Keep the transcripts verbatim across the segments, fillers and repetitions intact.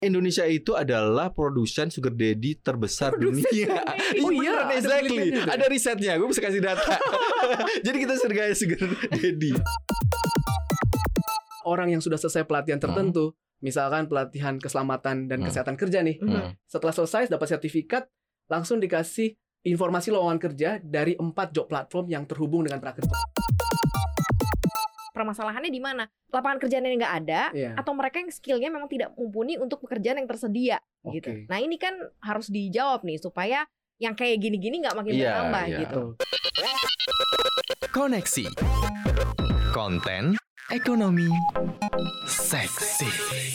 Indonesia itu adalah produsen sugar daddy terbesar Produsen dunia. Oh iya, iya, exactly. ada Ada risetnya, gue bisa kasih data. Jadi kita sugar sugar daddy. Orang yang sudah selesai pelatihan tertentu, Hmm. misalkan pelatihan keselamatan dan Hmm. kesehatan kerja nih, Hmm. setelah selesai dapat sertifikat, langsung dikasih informasi lowongan kerja dari empat job platform yang terhubung dengan prakerja. Permasalahannya di mana? Lapangan kerjaan yang nggak ada, Iya. atau mereka yang skillnya memang tidak mumpuni untuk pekerjaan yang tersedia, Oke. gitu. Nah ini kan harus dijawab nih supaya yang kayak gini-gini nggak makin Iya, bertambah iya. gitu. Koneksi konten ekonomi seksi.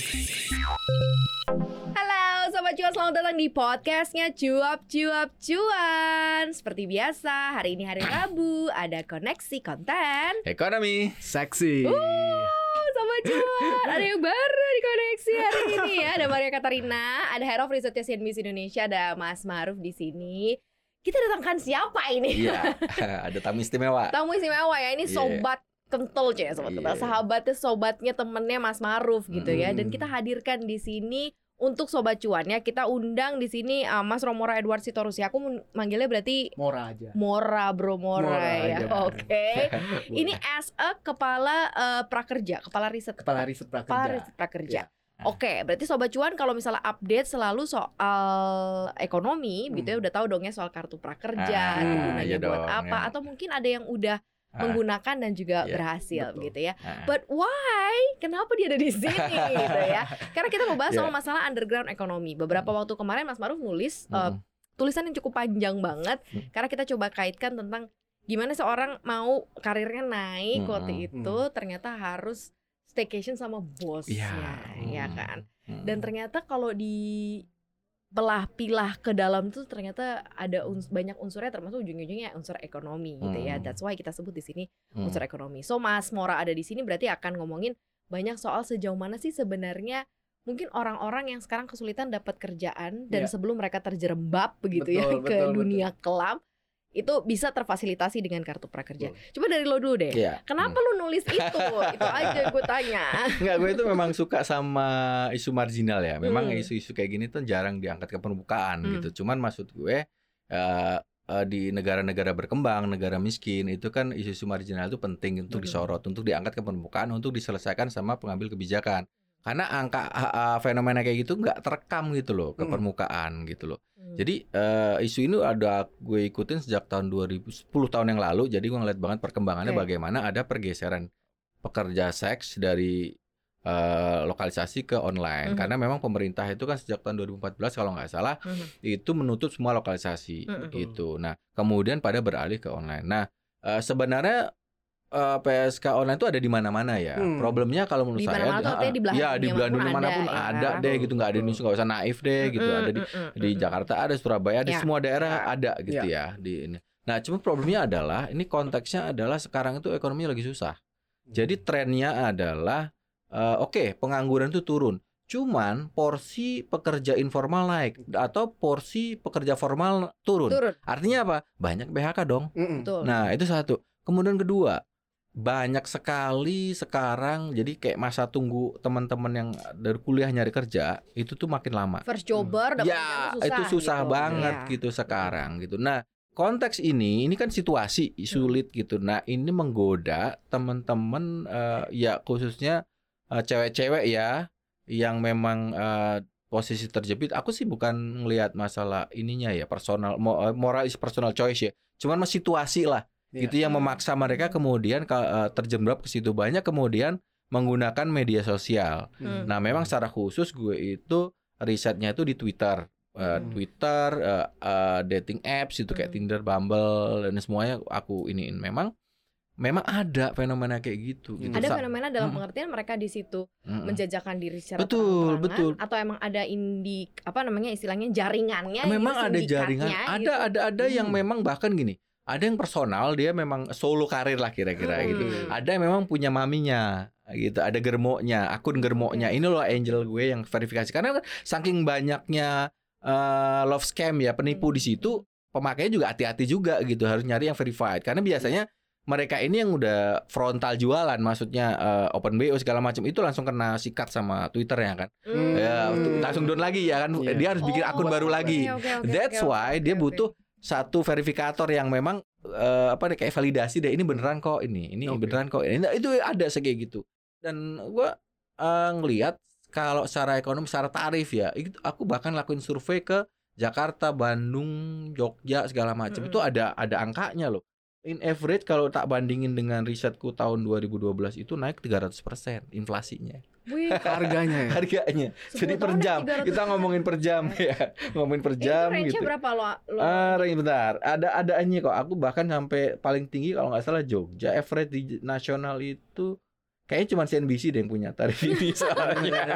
Halo Sobat Cuan, selamat datang di podcastnya Cuap Cuap Cuan. Seperti biasa, hari ini hari Rabu, ada koneksi konten Ekonomi. Seksi. Oh, Sobat Cuan, ada yang baru di koneksi hari ini ya. Ada Maria Katarina, ada Head of Research C N B C Indonesia, ada Mas Maruf di sini. Kita datangkan siapa ini? Iya, ada tamu istimewa. Tamu istimewa ya, ini Iya. sobat kental ya, sobat kental. Iya. Sahabatnya, sobatnya, temennya Mas Maruf gitu ya. Dan Hmm. kita hadirkan di sini untuk Sobat Cuan ya. Kita undang di sini uh, Mas Romora Edward Sitorus. Aku mun- manggilnya berarti Mora aja. Mora, Bro Mora, Mora ya. aja. Oke. Ini as a kepala uh, prakerja, kepala riset. Kepala riset prakerja. Kepala riset prakerja. Iya. Oke, berarti Sobat Cuan kalau misalnya update selalu soal ekonomi, gitu ya, Hmm. udah tahu dong ya soal kartu prakerja, Ah, itu gunanya iya buat dong, apa, ya. atau mungkin ada yang udah Ah, menggunakan dan juga Iya, berhasil betul. gitu ya. ah. But why? Kenapa dia ada di sini gitu ya? Karena kita mau bahas Iya. soal masalah underground ekonomi. Beberapa waktu kemarin Mas Maruf nulis uh, Mm. tulisan yang cukup panjang banget, Hmm. karena kita coba kaitkan tentang gimana seorang mau karirnya naik Hmm, waktu hmm. itu ternyata harus staycation sama bosnya, Iya, ya hmm. kan? Hmm. Dan ternyata kalau di belah pilah ke dalam tuh ternyata ada uns- banyak unsurnya, termasuk ujung-ujungnya unsur ekonomi gitu ya. Hmm. That's why kita sebut di sini Hmm. unsur ekonomi. So Mas Mora ada di sini berarti akan ngomongin banyak soal sejauh mana sih sebenarnya mungkin orang-orang yang sekarang kesulitan dapat kerjaan dan Iya. sebelum mereka terjerembab begitu ya Betul, ke betul, dunia kelam, itu bisa terfasilitasi dengan kartu prakerja. Betul. Coba dari lo dulu deh. Iya. Kenapa lu nulis itu? Itu aja gue tanya. Enggak, gue itu memang suka sama isu marginal ya. Memang Hmm. isu-isu kayak gini tuh jarang diangkat ke permukaan Hmm. gitu. Cuman maksud gue eh, eh, di negara-negara berkembang, negara miskin itu kan isu-isu marginal itu penting untuk Hmm. disorot, untuk diangkat ke permukaan, untuk diselesaikan sama pengambil kebijakan. Karena angka ah, ah, fenomena kayak gitu nggak terekam gitu loh ke Hmm. permukaan gitu loh. Hmm. Jadi eh, isu ini ada gue ikutin sejak tahun dua ribu sepuluh tahun yang lalu. Jadi gue ngeliat banget perkembangannya Oke. bagaimana ada pergeseran pekerja seks dari eh, lokalisasi ke online. Mhm. Karena memang pemerintah itu kan sejak tahun dua ribu empat belas kalau nggak salah Mhm. itu menutup semua lokalisasi Mhm. gitu. Nah kemudian pada beralih ke online. Nah eh, sebenarnya eh, P S K online itu ada di mana-mana ya. Hmm. Problemnya kalau menurut Di saya, mana-mana tuh artinya di belahan ya di dunia belahan manapun dunia ada, manapun ya. ada deh gitu. Nggak ada di Indonesia, nggak usah naif deh gitu. Ada di Mm-mm, di mm-mm. Jakarta ada, Surabaya ada, Ya. semua daerah Ya. ada gitu ya di ini. Nah, cuma problemnya adalah ini konteksnya adalah sekarang itu ekonomi lagi susah. Jadi trennya adalah eh, oke, pengangguran itu turun. Cuman porsi pekerja informal naik atau porsi pekerja formal turun. Turun. Artinya apa? Banyak P H K dong. Mm-mm. Betul. Nah, itu satu. Kemudian kedua, banyak sekali sekarang jadi kayak masa tunggu teman-teman yang dari kuliah nyari kerja itu tuh makin lama. First jobber dapat Ya, kerjaan itu susah gitu. banget Ya. gitu sekarang gitu. Nah, konteks ini ini kan situasi sulit gitu. Nah, ini menggoda teman-teman eh, ya khususnya eh, cewek-cewek ya yang memang eh, posisi terjepit. Aku sih bukan ngelihat masalah ininya ya personal mo- eh, moral is personal choice ya. Cuman mas situasi lah Iya. gitu yang memaksa mereka kemudian ka- eh, terjerembab ke situ banyak kemudian menggunakan media sosial. Hmm. Nah, memang secara khusus gue itu risetnya itu di Twitter. Eh, Hmm. Twitter, eh, eh, dating apps itu kayak Hmm. Tinder, Bumble dan semuanya aku iniin. Memang memang ada fenomena kayak gitu. gitu. Ada Sa- fenomena dalam Mm-mm. pengertian mereka di situ Mm-mm. menjajakan diri secara Betul, terang-terangan, betul. atau emang ada indik apa namanya istilahnya jaringannya Memang gitu, ada sindikatnya jaringan, ada gitu. ada ada yang Hmm. memang bahkan gini, ada yang personal dia memang solo karir lah kira-kira Hmm. gitu. Ada yang memang punya maminya gitu, ada germoknya, akun germoknya. Oke. Ini loh angel gue yang verifikasi karena kan saking banyaknya eh, love scam ya penipu di situ, pemakainya juga hati-hati juga gitu harus nyari yang verified karena biasanya mereka ini yang udah frontal jualan, maksudnya uh, open B O segala macam itu langsung kena sikat sama Twitternya kan. Hmm. Ya, langsung down lagi ya kan. Yeah. Dia harus bikin Oh, akun baru oke, lagi. oke, oke, That's oke, why oke, dia oke. butuh satu verifikator yang memang uh, apa deh, kayak validasi deh, ini beneran kok ini, ini Oke. beneran kok ini. Nah, itu ada kayak gitu. Dan gua uh, ngelihat kalau secara ekonomi, secara tarif ya, itu aku bahkan lakuin survei ke Jakarta, Bandung, Jogja segala macam. Mm-mm. Itu ada ada angkanya loh. In average kalau tak bandingin dengan risetku tahun dua ribu dua belas itu naik tiga ratus persen inflasinya. Wih, Harganya ya. Harganya. Jadi sepuluh per tahun jam. naik tiga ratus Kita ngomongin per jam ya. Ngomongin per itu jam range-nya gitu. berapa lo? lo Ah, range bentar. Ada adaannya kok. Aku bahkan sampai paling tinggi kalau nggak salah Jogja, average di nasional itu kayaknya cuma C N B C deh yang punya tarif ini soalnya.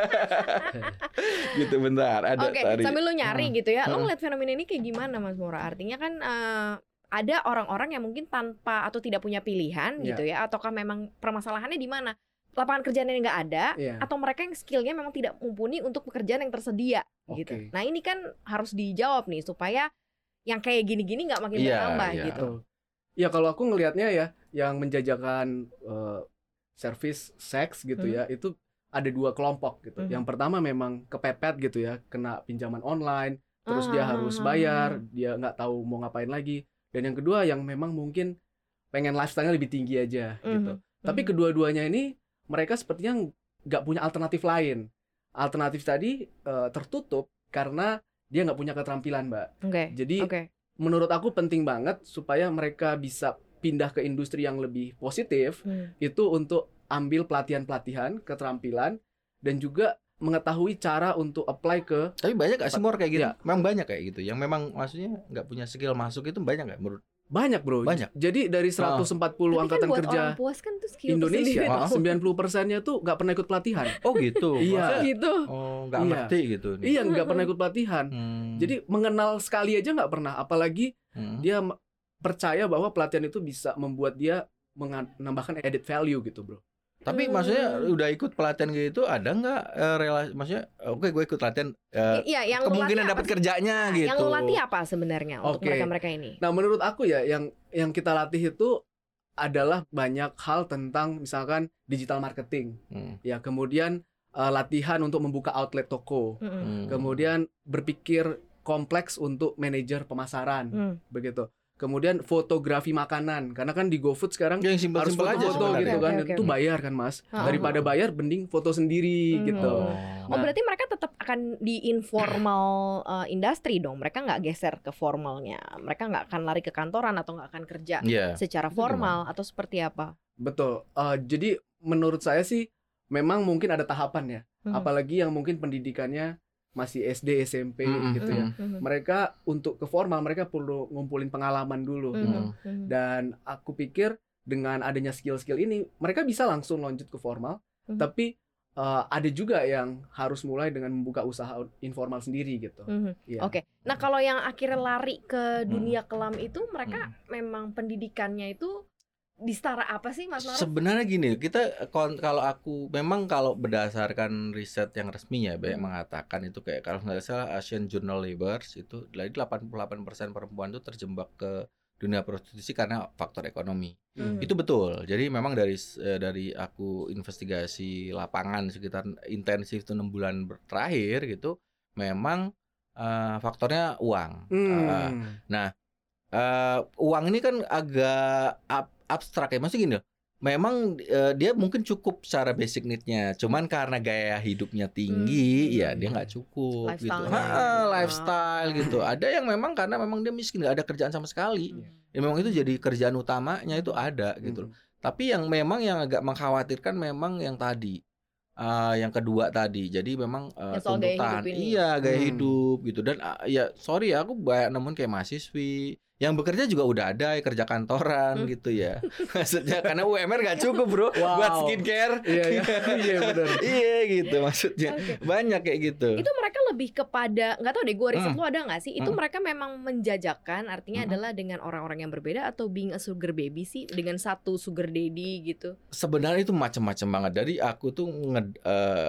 Gitu bentar. Ada Oke, tarif. sambil lo nyari Hmm. gitu ya, lo Hmm. ngeliat fenomena ini kayak gimana Mas Mura? Artinya kan eh, ada orang-orang yang mungkin tanpa atau tidak punya pilihan Iya. gitu ya, ataukah memang permasalahannya di mana? Lapangan kerjaan yang nggak ada, Iya. atau mereka yang skillnya memang tidak mumpuni untuk pekerjaan yang tersedia gitu. Oke. Nah ini kan harus dijawab nih supaya yang kayak gini-gini nggak makin Iya, bertambah iya. gitu. Betul. Ya kalau aku ngelihatnya ya, yang menjajakan eh, service seks gitu Hmm. ya, itu ada dua kelompok gitu. Hmm. Yang pertama memang kepepet gitu ya, kena pinjaman online, terus dia Ah, harus ah, bayar, ah. dia nggak tahu mau ngapain lagi. Dan yang kedua yang memang mungkin pengen lifestyle-nya lebih tinggi aja gitu. Mhm, Tapi mhm. kedua-duanya ini mereka sepertinya nggak punya alternatif lain. Alternatif tadi eh, tertutup karena dia nggak punya keterampilan, Mbak. Oke. Jadi Oke. menurut aku penting banget supaya mereka bisa pindah ke industri yang lebih positif, Hmm. itu untuk ambil pelatihan-pelatihan, keterampilan, dan juga mengetahui cara untuk apply ke. Tapi banyak gak sih Mor kayak gitu? Iya. Memang banyak kayak gitu. Yang memang maksudnya nggak punya skill masuk itu banyak nggak menurut? Banyak bro. Banyak. Jadi dari seratus empat puluh Tapi kan angkatan buat kerja orang puas kan tuh skill Indonesia, tersendiri. Ah. sembilan puluh persennya tuh nggak pernah ikut pelatihan. Oh gitu. Iya. Maksudnya, gitu. oh nggak Iya. ngerti gitu. nih. Iya, nggak pernah ikut pelatihan. Hmm. Jadi mengenal sekali aja nggak pernah. Apalagi Hmm. dia m- percaya bahwa pelatihan itu bisa membuat dia menga- menambahkan added value gitu bro. Tapi Hmm. maksudnya udah ikut pelatihan gitu ada nggak eh, relasi? Maksudnya oke gue ikut pelatihan eh, Iya, yang lu kemungkinan latih dapat apa sih? kerjanya Nah, gitu. Yang lu latih apa sebenarnya untuk Oke. mereka-mereka ini? Nah menurut aku ya yang yang kita latih itu adalah banyak hal tentang misalkan digital marketing, Hmm. ya kemudian eh, latihan untuk membuka outlet toko, Mm-mm. Hmm. kemudian berpikir kompleks untuk manajer pemasaran, Hmm. begitu. Kemudian fotografi makanan, karena kan di GoFood sekarang yang harus simpel-simpel aja foto-foto sebenarnya. gitu kan, Oke, dan oke, itu oke. bayar kan mas. Ah. Daripada bayar, mending foto sendiri Hmm. gitu. Oh. Oh Nah. berarti mereka tetap akan di informal uh, industri dong. Mereka nggak geser ke formalnya. Mereka nggak akan lari ke kantoran atau nggak akan kerja Iya. secara Itu formal atau seperti apa? Betul. Eh, jadi menurut saya sih memang mungkin ada tahapan ya. Hmm. Apalagi yang mungkin pendidikannya masih S D, S M P Mm-mm. gitu ya. Mhm, mhm. Mereka untuk ke formal mereka perlu ngumpulin pengalaman dulu Mhm, gitu. mhm. Dan aku pikir dengan adanya skill-skill ini mereka bisa langsung lanjut ke formal. Mhm. Tapi eh, ada juga yang harus mulai dengan membuka usaha informal sendiri gitu. Mhm. Iya. Oke. Nah kalau yang akhirnya lari ke Hmm. dunia kelam itu mereka memang pendidikannya itu di setara apa sih Mas Maruf? Sebenarnya gini, kita kon- kalau aku memang kalau berdasarkan riset yang resmi ya banyak Hmm. mengatakan itu kayak kalau nggak salah Asian Journal Labours itu dari delapan puluh delapan persen perempuan itu terjebak ke dunia prostitusi karena faktor ekonomi. Mhm. Itu betul. Jadi memang dari eh, dari aku investigasi lapangan sekitar intensif itu enam bulan ber- terakhir gitu, memang eh, faktornya uang. Eh, Hmm. eh, uang ini kan agak ab- abstrak ya, maksudnya gini loh. Memang eh, dia mungkin cukup secara basic need-nya, cuman karena gaya hidupnya tinggi, Hmm. ya dia nggak cukup gitu. Lifestyle-nya. Ha, lifestyle gitu. Ada yang memang karena memang dia miskin, nggak ada kerjaan sama sekali. Hmm. Ya, memang itu jadi kerjaan utamanya itu ada gitu loh. Hmm. Tapi yang memang yang agak mengkhawatirkan memang yang tadi, eh, yang kedua tadi. Jadi memang eh, Yang soal gaya tuntutan, hidup ini. iya gaya Hmm. hidup gitu. Dan ah, ya sorry ya, aku banyak nemuin kayak mahasiswi yang bekerja juga udah ada ya, kerja kantoran Hmm. gitu ya. Maksudnya karena U M R gak cukup bro Wow. buat skincare. Iya, iya, iya benar. Iya gitu maksudnya. Oke. Banyak kayak gitu. Itu mereka lebih kepada nggak tahu deh gue riset Hmm. lu ada nggak sih itu Hmm. mereka memang menjajakan artinya Hmm. adalah dengan orang-orang yang berbeda atau being a sugar baby sih dengan satu sugar daddy gitu. Sebenarnya itu macam-macam banget. Dari aku tuh nge, eh,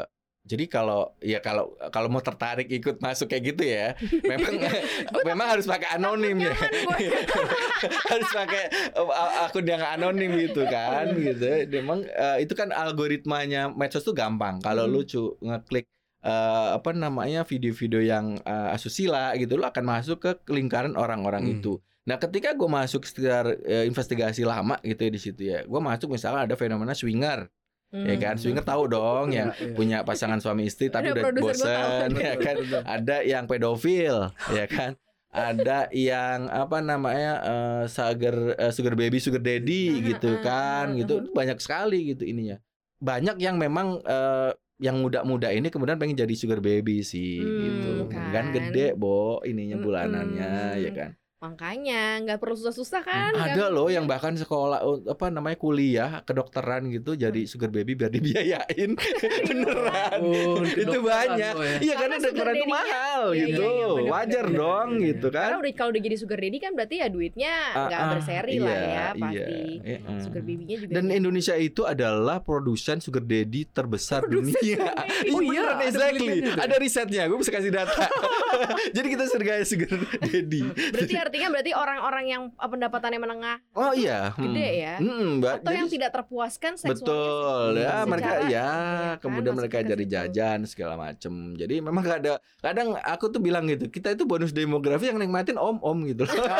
Jadi kalau ya kalau kalau mau tertarik ikut masuk kayak gitu ya, memang memang harus pakai anonim ya. Harus pakai uh, akun yang anonim gitu kan, gitu. Memang uh, itu kan algoritmanya medsos tuh gampang. Kalau hmm. lu cu ngeklik uh, apa namanya video-video yang uh, asusila gitu, lu akan masuk ke lingkaran orang-orang hmm. itu. Nah, ketika gue masuk sekitar uh, investigasi lama gitu ya di situ ya, gue masuk misalnya ada fenomena swinger. Hmm. Ya kan, swinger tahu dong yang ya, ya. punya pasangan suami istri tapi udah bosan ya kan. Ada yang pedofil ya kan. Ada yang apa namanya uh, sugar uh, sugar baby, sugar daddy gitu kan, gitu. Banyak sekali gitu ininya. Banyak yang memang uh, yang muda-muda ini kemudian pengen jadi sugar baby sih hmm, gitu. Kan. kan gede, Bo, ininya bulanannya hmm. ya kan. Makanya nggak perlu susah-susah kan. Ada loh yang bahkan sekolah apa namanya kuliah kedokteran gitu jadi sugar baby biar dibiayain. Beneran. Oh, itu banyak. Ya. Iya karena kedokteran itu mahal ya, gitu. Iya, iya, bener, wajar bener, dong bener, gitu kan. Karena udah kalau udah jadi sugar daddy kan berarti ya duitnya nggak uh, uh, berseri iya, lah ya pasti. Iya, iya. Sugar baby-nya juga. Dan juga. Indonesia itu adalah produsen sugar daddy terbesar produsen dunia. Oh iya, exactly. Ada risetnya. Gue bisa kasih data. Jadi kita surga sugar daddy. Berarti artinya berarti orang-orang yang pendapatannya menengah oh iya gede ya hmm, mbak, atau jadi, yang tidak terpuaskan seksualnya betul ya secara, mereka ya, ya kan, kemudian mereka cari jajan segala macem. Jadi memang ada kadang aku tuh bilang gitu kita itu bonus demografi yang nikmatin om-om gitu.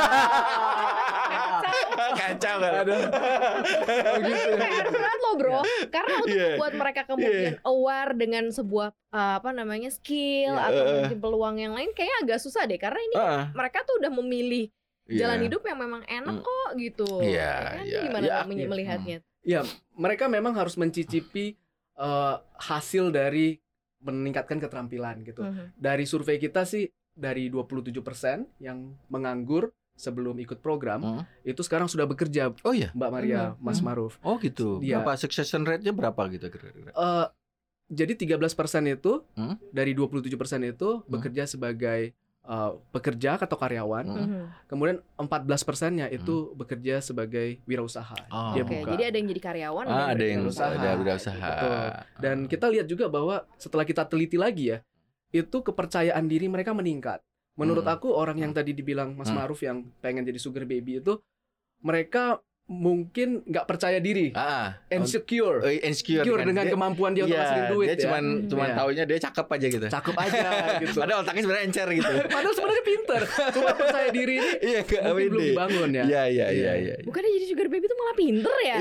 Kacau kan ada gitu berat loh bro karena untuk yeah. membuat mereka kemudian yeah. aware dengan sebuah uh, apa namanya skill yeah. atau mungkin peluang yang lain kayaknya agak susah deh karena ini uh. mereka tuh udah memilih yeah. jalan hidup yang memang enak mm. kok gitu yeah, kan yeah. gimana yeah. yeah. melihatnya ya mereka memang harus mencicipi uh, hasil dari meningkatkan keterampilan gitu uh-huh. dari survei kita sih dari dua puluh tujuh persen yang menganggur sebelum ikut program hmm? itu sekarang sudah bekerja. Oh iya, Mbak Maria, hmm. Mas Maruf. Oh gitu. Dia, berapa succession rate-nya berapa gitu kira-kira? Uh, jadi tiga belas persen itu hmm? dari dua puluh tujuh persen itu hmm? bekerja sebagai uh, pekerja atau karyawan. Hmm. Kemudian empat belas persennya itu hmm? bekerja sebagai wirausaha. Oh. Dia okay, buka. Jadi ada yang jadi karyawan, ah, ada yang wirausaha. Ada wirausaha. Betul. Dan kita lihat juga bahwa setelah kita teliti lagi ya, itu kepercayaan diri mereka meningkat. Menurut hmm. aku orang yang tadi dibilang Mas hmm. Maruf yang pengen jadi sugar baby itu mereka mungkin nggak percaya diri, ah, insecure, uh, insecure dengan, dengan dia, kemampuan dia untuk yeah, ngasihin duit. Dia ya. cuman hmm, cuman yeah. taunya dia cakep aja gitu. Cakep aja gitu. Padahal otaknya sebenarnya encer gitu. Padahal sebenarnya pinter. Cuma percaya diri ini iya, mungkin belum dibangun ya. Iya iya iya iya. Bukannya jadi sugar baby itu malah pinter ya?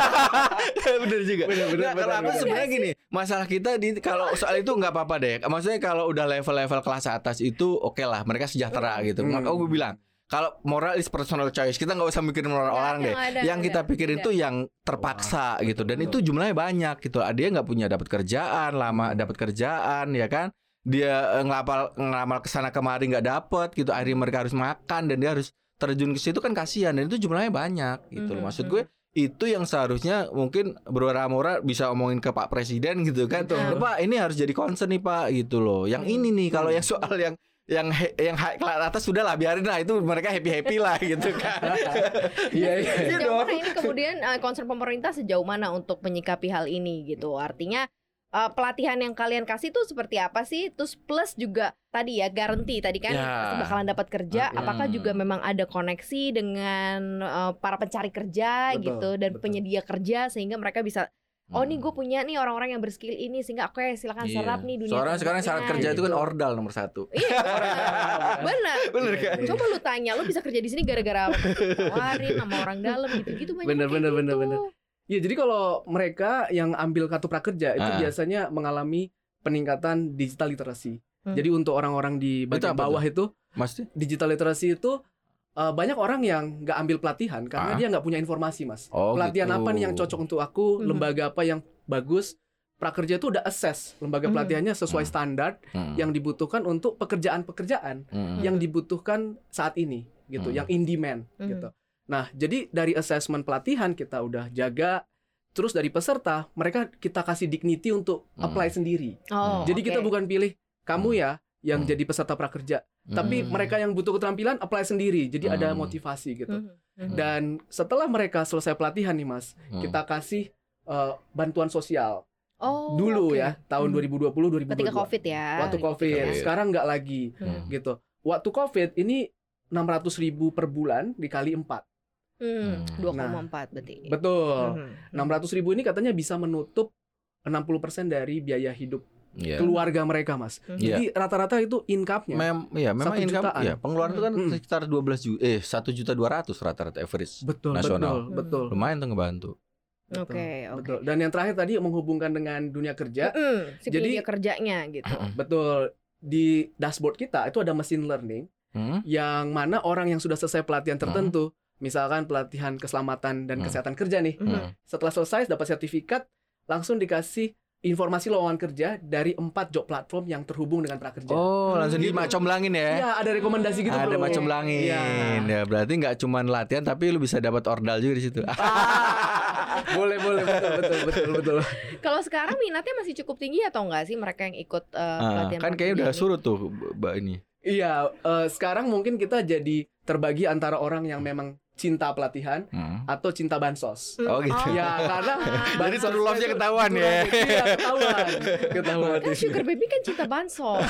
Bener juga. Bener, bener, nah, kalau aku sebenarnya gini, masalah kita di kalau soal itu nggak apa-apa deh. Maksudnya kalau udah level-level kelas atas itu oke okay lah, mereka sejahtera gitu. Hmm. Maka aku bilang kalau moral is personal choice, kita nggak usah mikirin moral ya, orang deh. Ada, yang kita ada, pikirin itu yang terpaksa wow. gitu. Dan itu jumlahnya banyak gitu. Dia nggak punya dapat kerjaan, lama dapat kerjaan, ya kan? Dia ngelapal ngelamal kesana kemari nggak dapet gitu. Akhirnya mereka harus makan dan dia harus terjun ke situ kan kasihan. Dan itu jumlahnya banyak gitu. Mm-hmm. Maksud gue itu yang seharusnya mungkin Bro Ramora bisa omongin ke Pak Presiden gitu kan. Loh, Pak ini harus jadi concern nih Pak gitu loh. Yang ini nih kalau yang soal yang yang he, yang high kelas atas sudah lah biarin lah itu mereka happy happy lah gitu kan. Iya iya. Sejauh mana ini kemudian uh, concern pemerintah sejauh mana untuk menyikapi hal ini gitu. Artinya uh, pelatihan yang kalian kasih tuh seperti apa sih? Terus plus juga tadi ya garansi tadi kan ya. Bakalan dapat kerja. Hmm. Apakah juga memang ada koneksi dengan uh, para pencari kerja betul, gitu dan betul. penyedia kerja sehingga mereka bisa oh nih gue punya nih orang-orang yang berskill ini sehingga oke okay, silakan yeah. serap nih dunia. Soalnya sekarang syarat kerja itu kan ordal nomor satu. Iya benar. Benar kan. Coba lu tanya lu bisa kerja di sini gara-gara tawarin sama orang dalam gitu-gitu banyak. Benar benar gitu. benar benar. Iya jadi kalau mereka yang ambil kartu prakerja itu ah. biasanya mengalami peningkatan digital literasi. Hmm. Jadi untuk orang-orang di bagian bawah itu, Maksudnya? digital literasi itu Uh, banyak orang yang nggak ambil pelatihan karena ah. dia nggak punya informasi mas. Oh, pelatihan gitu. apa nih yang cocok untuk aku, hmm. lembaga apa yang bagus. Prakerja itu udah assess lembaga hmm. pelatihannya sesuai hmm. standar hmm. yang dibutuhkan untuk pekerjaan-pekerjaan hmm. yang dibutuhkan saat ini gitu, hmm. yang in demand hmm. gitu. Nah jadi dari assessment pelatihan kita udah jaga. Terus dari peserta mereka kita kasih dignity untuk hmm. apply sendiri. Oh, jadi okay. kita bukan pilih kamu ya yang hmm. jadi peserta prakerja. Tapi hmm. mereka yang butuh keterampilan apply sendiri. Jadi hmm. ada motivasi gitu. Hmm. Dan setelah mereka selesai pelatihan nih Mas, hmm. kita kasih uh, bantuan sosial. Oh, Dulu oke. ya, tahun Hmm. dua ribu dua puluh dua ribu dua puluh dua. Ketika Covid ya. Waktu gitu Covid. ya. Sekarang nggak lagi Hmm. gitu. Waktu Covid ini enam ratus ribu per bulan dikali empat. Hmm, Hmm. dua koma empat berarti. Betul. Mhm. enam ratus ribu ini katanya bisa menutup enam puluh persen dari biaya hidup Iya. keluarga mereka, Mas. Mhm. Jadi rata-rata itu income-nya. Mem, ya memang Satu income, jutaan. ya pengeluaran itu kan Hmm. sekitar dua belas juta, eh satu juta dua ratus rata-rata average. Betul, nasional. betul, betul. Lumayan tuh ngebantu. Betul, Oke, oke. betul. Dan yang terakhir tadi menghubungkan dengan dunia kerja. Mm-mm, si Jadi- dunia kerjanya gitu. Betul. Di dashboard kita itu ada machine learning Hmm? yang mana orang yang sudah selesai pelatihan tertentu, misalkan pelatihan keselamatan dan Hmm. kesehatan kerja nih, Mhm. Hmm. setelah selesai dapat sertifikat, langsung dikasih informasi lowongan kerja dari empat job platform yang terhubung dengan prakerja. Oh, langsung Gitu. dimacomlangin ya. Iya, ada rekomendasi gitu. Ada bro. macomlangin. Iya. Ya, berarti nggak cuma latihan tapi lu bisa dapat ordal juga di situ. boleh, boleh, betul, betul, betul, betul. Kalau sekarang minatnya masih cukup tinggi atau enggak sih mereka yang ikut uh, Ah, pelatihan kan kayaknya udah prakerja ini? surut tuh Mbak ini. Iya, eh, sekarang mungkin kita jadi terbagi antara orang yang memang cinta pelatihan Hmm. atau cinta bansos. Oh, gitu. Ya, karena Jadi bansosnya true love-nya itu- ketahuan true ya. love-nya, Iya, ketahuan. Ketahuan. Kan Sugar Baby kan cinta bansos.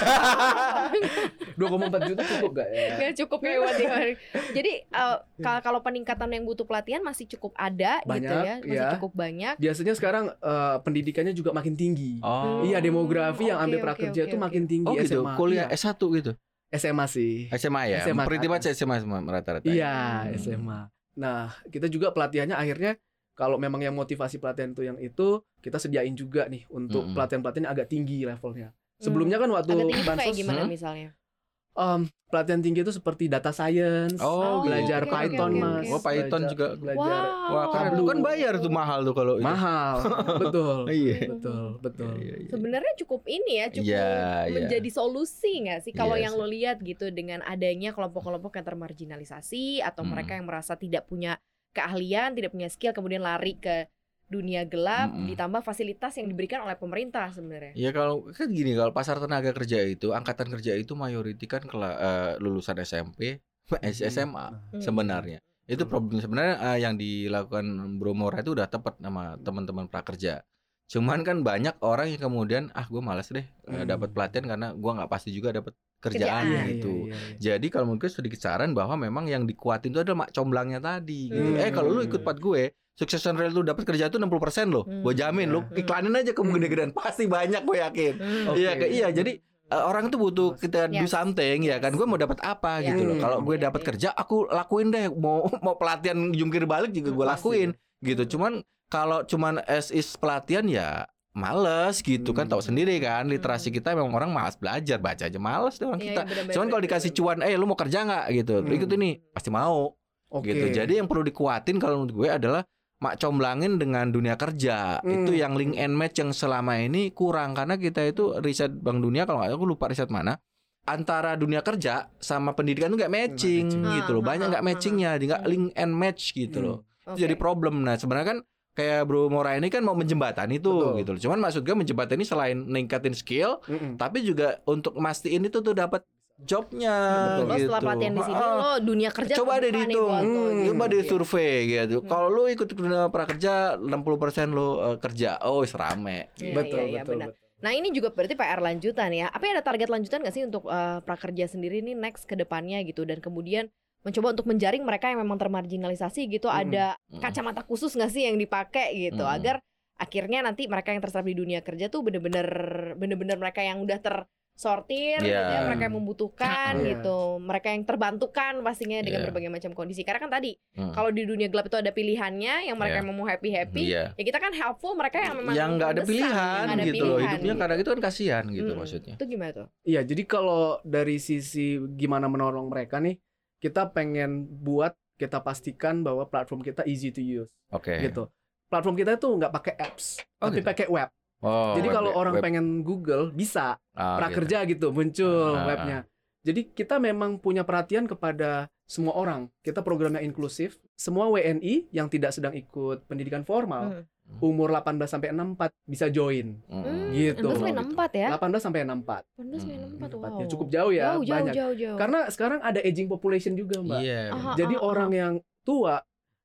dua koma empat juta cukup gak ya? Nggak cukup kayak buat dia. Jadi uh, kal- kalau peningkatan yang butuh pelatihan masih cukup ada gitu Banyak, ya, masih ya. cukup banyak. Biasanya sekarang eh, pendidikannya juga makin tinggi. Oh. Iya, demografi yang Oke, ambil oke, prakerja oke, itu oke. makin tinggi. Oh gitu, S M A. kuliah Iya, S satu gitu. S M A sih. S M A ya. S M A Pretty ke much S M A semua rata-rata. Iya, Hmm. S M A. Nah, kita juga pelatihannya akhirnya kalau memang yang motivasi pelatihan itu yang itu, kita sediain juga nih untuk Mm-mm. pelatihan-pelatihan yang agak tinggi levelnya. Sebelumnya kan waktu Agak tinggi tuh kayak bansos, gimana hmm? misalnya? em, pelatihan tinggi itu seperti data science, Oh, belajar oke, Python, oke, Mas. oke. Oh, Python Belajar- juga. Belajar Wah, keren. Tableau. Kan bayar tuh mahal tuh kalau itu. mahal. Betul. Iya. Betul, betul. Iya, iya, iya. Sebenarnya cukup ini ya, cukup Iya, iya. menjadi solusi nggak sih kalau Iya yang sih. lo lihat gitu dengan adanya kelompok-kelompok yang termarginalisasi atau Hmm. mereka yang merasa tidak punya keahlian, tidak punya skill, kemudian lari ke dunia gelap, Mm-mm. ditambah fasilitas yang diberikan oleh pemerintah sebenarnya. Ya kalau kan gini, kalau pasar tenaga kerja itu, angkatan kerja itu mayoriti kan kela- eh, lulusan S M P, S M A Hmm. sebenarnya. Itu problem sebenarnya eh, yang dilakukan Bro Mora itu udah tepat sama teman-teman prakerja. Cuman kan banyak orang yang kemudian ah gue malas deh eh, Hmm. dapat pelatihan karena gue nggak pasti juga dapat Kerjaan. kerjaan Iya, gitu. iya, iya, iya. Jadi kalau mungkin sedikit saran bahwa memang yang dikuatin itu adalah mak comblangnya tadi gitu. Hmm. Eh kalau lu ikut part gue, success rate lu dapat kerja itu enam puluh persen loh. Hmm. Gue jamin lu Hmm. iklanin aja ke gede-gedean pasti banyak gue yakin. Hmm. Oke. Iya kayak iya jadi eh, orang tuh butuh kita do Yes. something ya kan. Gue mau dapat apa Yes. gitu loh. Hmm. Kalau gue Iya, dapat iya. kerja aku lakuin deh. Mau mau pelatihan jungkir balik juga gue Pasti. lakuin gitu. Cuman kalau cuman as is pelatihan ya males gitu kan, Hmm. tahu sendiri kan literasi kita memang orang malas belajar, baca aja males deh orang Iya, kita. iya, benar-benar, Cuman kalau benar-benar. dikasih cuan, eh lu mau kerja nggak gitu, lu ikut Hmm. ini pasti mau Oke. gitu. Jadi yang perlu dikuatin kalau menurut gue adalah mak comblangin dengan dunia kerja. Hmm. Itu yang link and match yang selama ini kurang karena kita itu riset Bank Dunia kalau nggak salah, aku lupa riset mana, antara dunia kerja sama pendidikan tuh nggak matching matching. gitu loh. Ah, Banyak ah, nggak ah, matchingnya, nggak Hmm. link and match gitu Hmm. loh. Oke. Itu jadi problem. Nah sebenarnya kan kayak Bro Mora ini kan mau menjembatani itu Betul. gitu loh. Cuman maksud gue menjembatani selain ningkatin skill, Mm-mm. tapi juga untuk mastiin itu tuh dapat jobnya Betul. Lo gitu. setelah pelatihan di sini Ah, lo dunia kerja coba deh kebuka nih dihitung, buat lo, Hmm, gitu. coba deh Iya. survei gitu. Hmm. Kalau lu ikut dunia prakerja enam puluh persen lu eh, kerja, oh wis rame. Iya, Betul, iya, iya, betul, benar. betul. Nah ini juga berarti P R lanjutan ya. Apa ada target lanjutan nggak sih untuk uh, prakerja sendiri nih next ke depannya gitu, dan kemudian mencoba untuk menjaring mereka yang memang termarginalisasi gitu. Hmm. Ada Hmm. kacamata khusus nggak sih yang dipakai gitu Hmm. agar akhirnya nanti mereka yang terserap di dunia kerja tuh bener-bener bener-bener mereka yang udah tersortir gitu Iya. ya, mereka yang membutuhkan Iya. gitu, mereka yang terbantukan pastinya dengan Iya. berbagai macam kondisi. Karena kan tadi Hmm. kalau di dunia gelap itu ada pilihannya, yang mereka Iya. yang mau happy happy, Iya. ya kita kan helpful mereka yang memang Yang nggak ada mendesak, pilihan nggak ada gitu loh. pilihan Hidupnya gitu. kadang itu kan kasihan gitu Mm-mm. maksudnya. Itu gimana tuh? Iya, jadi kalau dari sisi gimana menolong mereka nih, kita pengen buat kita pastikan bahwa platform kita easy to use Oke. gitu. Platform kita itu nggak pakai apps, Oh, tapi gitu? pakai web. Oh, Jadi web- kalau orang web. pengen Google bisa, Ah, prakerja gitu muncul Ah, ah, webnya. Jadi kita memang punya perhatian kepada semua orang. Kita programnya inklusif. Semua W N I yang tidak sedang ikut pendidikan formal, Hmm. umur delapan belas sampai enam puluh empat bisa join. gitu. Hmm, Gitu. enam belas sampai enam puluh empat ya? delapan belas sampai enam puluh empat. delapan belas sampai enam puluh empat, Empat wow. ya, cukup jauh ya, Jauh, jauh, banyak. jauh, jauh. Karena sekarang ada aging population juga, Mbak. Iya. Aha. Jadi ah, ah. orang yang tua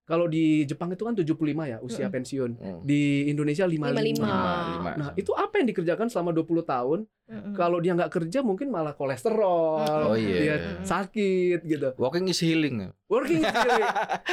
Kalau di Jepang itu kan tujuh puluh lima ya usia Mm-mm. pensiun. Hmm. Di Indonesia lima puluh lima. lima puluh lima. Lima, lima. Nah, itu apa yang dikerjakan selama dua puluh tahun? Mm-mm. Kalau dia nggak kerja mungkin malah kolesterol, Oh, iya. dia sakit gitu. Walking is healing. Working really.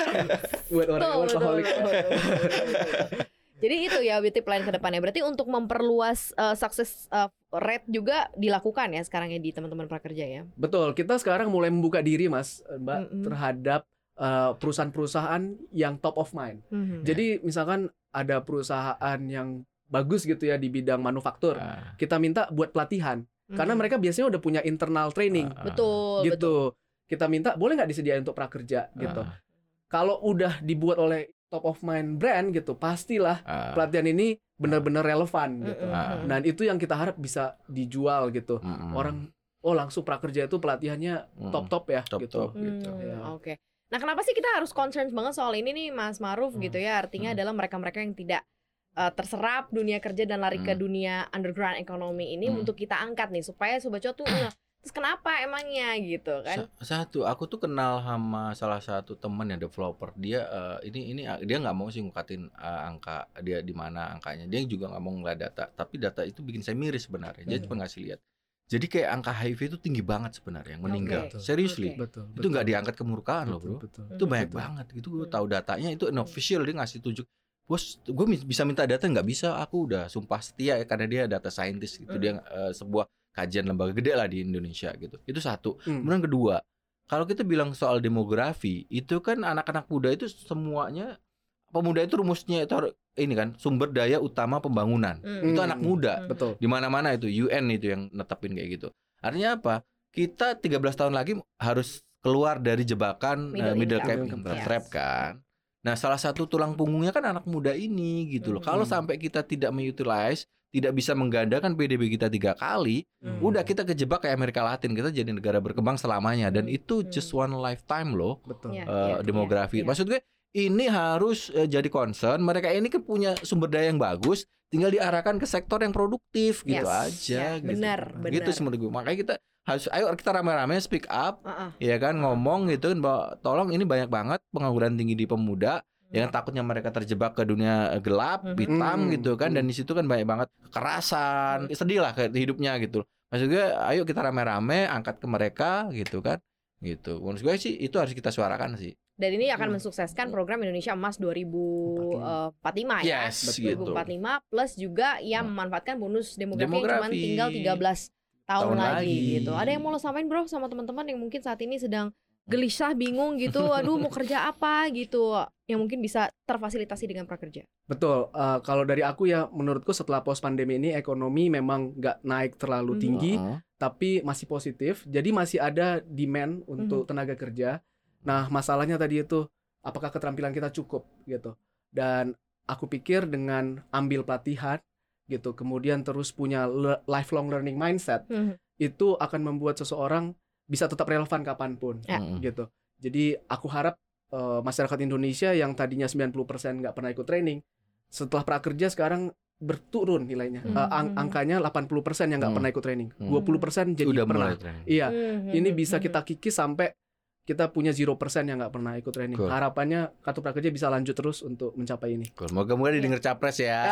Buat orang Betul, betul, workaholic. betul, betul, betul, betul. Jadi itu ya beauty plan ke depannya. Berarti untuk memperluas uh, sukses uh, rate juga dilakukan ya sekarang ya di teman-teman prakerja ya. Betul, kita sekarang mulai membuka diri Mas, Mbak, Mm-mm. terhadap uh, perusahaan-perusahaan yang top of mind. Mhm. Jadi misalkan ada perusahaan yang bagus gitu ya di bidang manufaktur, Ah, kita minta buat pelatihan. Karena Mhm. mereka biasanya udah punya internal training. ah, betul gitu. betul. Kita minta boleh nggak disediain untuk prakerja gitu. ah, Kalau udah dibuat oleh top of mind brand gitu, pastilah ah, pelatihan ini benar-benar relevan gitu. Mm-mm. Ah. Dan itu yang kita harap bisa dijual gitu. mm-mm. Orang oh langsung prakerja itu pelatihannya Mm-mm. top-top ya Top, gitu. top. gitu. Hmm, Ya. Oke. Nah, kenapa sih kita harus concern banget soal ini nih, Mas Maruf Hmm. gitu ya? Artinya Hmm. adalah mereka-mereka yang tidak uh, terserap dunia kerja dan lari ke Hmm. dunia underground economy ini Hmm. untuk kita angkat nih supaya sobat cuan tuh ngeh, terus kenapa emangnya gitu kan? Sa- Satu, aku tuh kenal sama salah satu temen yang developer. Dia eh, ini ini dia nggak mau sih ngungkatin eh, angka dia di mana angkanya. Dia juga nggak mau ngeliat data. Tapi data itu bikin saya miris sebenarnya. Dia Hmm. cuma ngasih lihat. Jadi kayak angka H I V itu tinggi banget sebenarnya yang meninggal. Oke. Seriously, Oke. Betul. itu nggak diangkat kemurkaan loh bro. Betul. Itu Hmm. banyak Betul. banget. Gitu gue Hmm. tahu datanya itu unofficial dia ngasih tunjuk. Bos, gue bisa minta data nggak bisa. Aku udah sumpah setia ya karena dia data scientist gitu. Hmm. Dia eh, sebuah kajian lembaga gede lah di Indonesia gitu. Itu satu. Hmm. Kemudian kedua, kalau kita bilang soal demografi, itu kan anak-anak muda itu semuanya pemuda itu rumusnya itu harus- ini kan sumber daya utama pembangunan. Hmm. Itu Hmm. anak muda. Hmm. Betul. Di mana-mana itu U N itu yang netepin kayak gitu. Artinya apa? Kita tiga belas tahun lagi harus keluar dari jebakan Middle eh, middle income. cap Middle income, trap yes. kan. Nah, salah satu tulang punggungnya kan anak muda ini gitu loh. Hmm. Kalau sampai kita tidak mengutilize, tidak bisa menggandakan P D B kita tiga kali, Hmm. udah kita kejebak kayak Amerika Latin, kita jadi negara berkembang selamanya dan Hmm. itu Hmm. just one lifetime loh. Betul. Ya. eh, demografi. ya. Maksud gue ini harus eh, jadi concern. Mereka ini kan punya sumber daya yang bagus, tinggal diarahkan ke sektor yang produktif gitu Yes. aja. Ya, gitu. benar, benar. Gitu sih menurut gue. Makanya kita harus, ayo kita rame-rame speak up, Ah, ah. ya kan ngomong gitu kan bahwa tolong ini banyak banget pengangguran tinggi di pemuda. Hmm. Yang takutnya mereka terjebak ke dunia gelap, Mhm. hitam Hmm. gitu kan, dan Hmm. di situ kan banyak banget kekerasan, sedih lah kayak hidupnya gitu. Maksud gue, ayo kita rame-rame angkat ke mereka gitu kan, gitu. Menurut gue sih itu harus kita suarakan sih. Dan ini akan Hmm. mensukseskan program Indonesia Emas dua ribu empat puluh lima ya. Yes, dua ribu gitu. empat puluh lima plus juga yang Hmm. memanfaatkan bonus demografi, yang cuma Demografi. tinggal tiga belas tahun, Tahun lagi, lagi. gitu. Ada yang mau lo samain bro sama teman-teman yang mungkin saat ini sedang gelisah, bingung gitu, aduh mau kerja apa gitu, yang mungkin bisa terfasilitasi dengan prakerja. Betul. Eh, kalau dari aku ya, menurutku setelah post pandemi ini ekonomi memang nggak naik terlalu Mhm. tinggi, Heeh. tapi masih positif. Jadi masih ada demand untuk tenaga kerja. Nah, masalahnya tadi itu apakah keterampilan kita cukup gitu. Dan aku pikir dengan ambil pelatihan gitu, kemudian terus punya le- lifelong learning mindset, Mhm. itu akan membuat seseorang bisa tetap relevan kapanpun Ya. Heeh. gitu. Jadi aku harap eh, masyarakat Indonesia yang tadinya sembilan puluh persen nggak pernah ikut training, setelah prakerja sekarang berturun nilainya. Hmm. Eh, ang- angkanya delapan puluh persen yang nggak Hmm. pernah ikut training, Hmm. dua puluh persen jadi Udah pernah. mulai training. Iya, Mhm. ini bisa Mhm. kita kikis sampai kita punya zero persen yang nggak pernah ikut training. Cool. Harapannya kartu prakerja bisa lanjut terus untuk mencapai ini. Cool. Moga-moga didengar capres ya.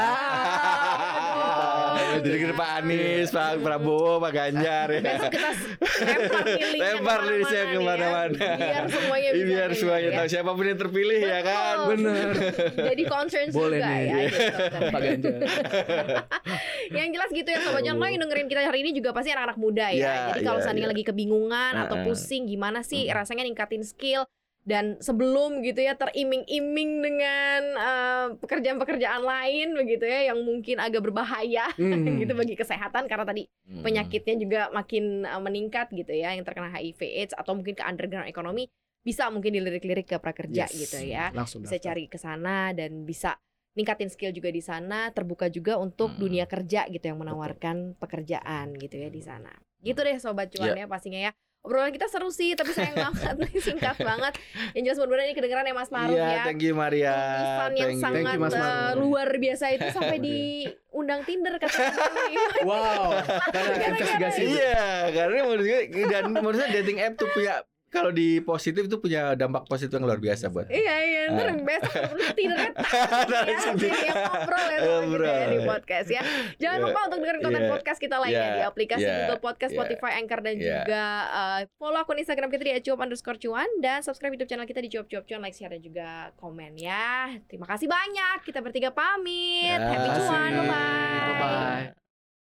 Ah, Jadi ke Pak Anies, Pak Prabowo, Pak Ganjar ya. Besok kita s- lempar nih linknya Lempar listnya nih ya, kemana-mana. biar semuanya bisa Biar dengar semuanya ya. tahu siapapun yang terpilih ya kan. Betul. Bener. Jadi concern Boleh juga nih. ya gitu. Pak Ganjar. Yang jelas gitu ya Sobat Cuan, lo yang dengerin kita hari ini juga pasti anak-anak muda ya. Ya, Jadi kalau ya, seandainya ya. lagi kebingungan atau Uh-uh. pusing gimana sih Hmm. rasanya ningkatin skill, dan sebelum gitu ya teriming-iming dengan eh, pekerjaan-pekerjaan lain begitu ya yang mungkin agak berbahaya Hmm. gitu bagi kesehatan karena tadi Hmm. penyakitnya juga makin uh, meningkat gitu ya, yang terkena H I V AIDS atau mungkin ke underground ekonomi, bisa mungkin dilirik-lirik ke prakerja Yes. gitu ya. Langsung Bisa daftar. cari ke sana dan bisa ningkatin skill juga di sana, terbuka juga untuk Hmm. dunia kerja gitu yang menawarkan pekerjaan gitu ya di sana. Gitu deh Sobat Cuan ya pastinya ya. Obrolan kita seru sih, tapi sayang banget nih singkat banget. Yang jelas mudah-mudahan ini kedengeran ya Mas Maruf Iya, ya. thank you Maria. Tulisan yang Thank you. sangat Thank you, Mas uh, Maruf. luar biasa itu sampai diundang Tinder katanya. Wow, karena Gara-gara investigasi. Iya, karena menurut gue dan menurut saya dating app tuh punya kalau di positif itu punya dampak positif yang luar biasa buat. Iya iya, ntar besok lu tidurnya takut ya, jadi yang ngobrol ya sama kita ya di podcast ya. Jangan Yeah. lupa untuk dengerin konten Yeah. podcast kita lainnya Yeah. di aplikasi Yeah. Google Podcast, Yeah. Spotify, Anchor dan Yeah. juga uh, follow akun Instagram kita di at cuap underscore cuan dan subscribe YouTube channel kita di cuap cuap cuan, like, share dan juga komen ya. Terima kasih banyak. Kita bertiga pamit. Ya, Happy terima cuan, kasih. bye bye. Bye-bye.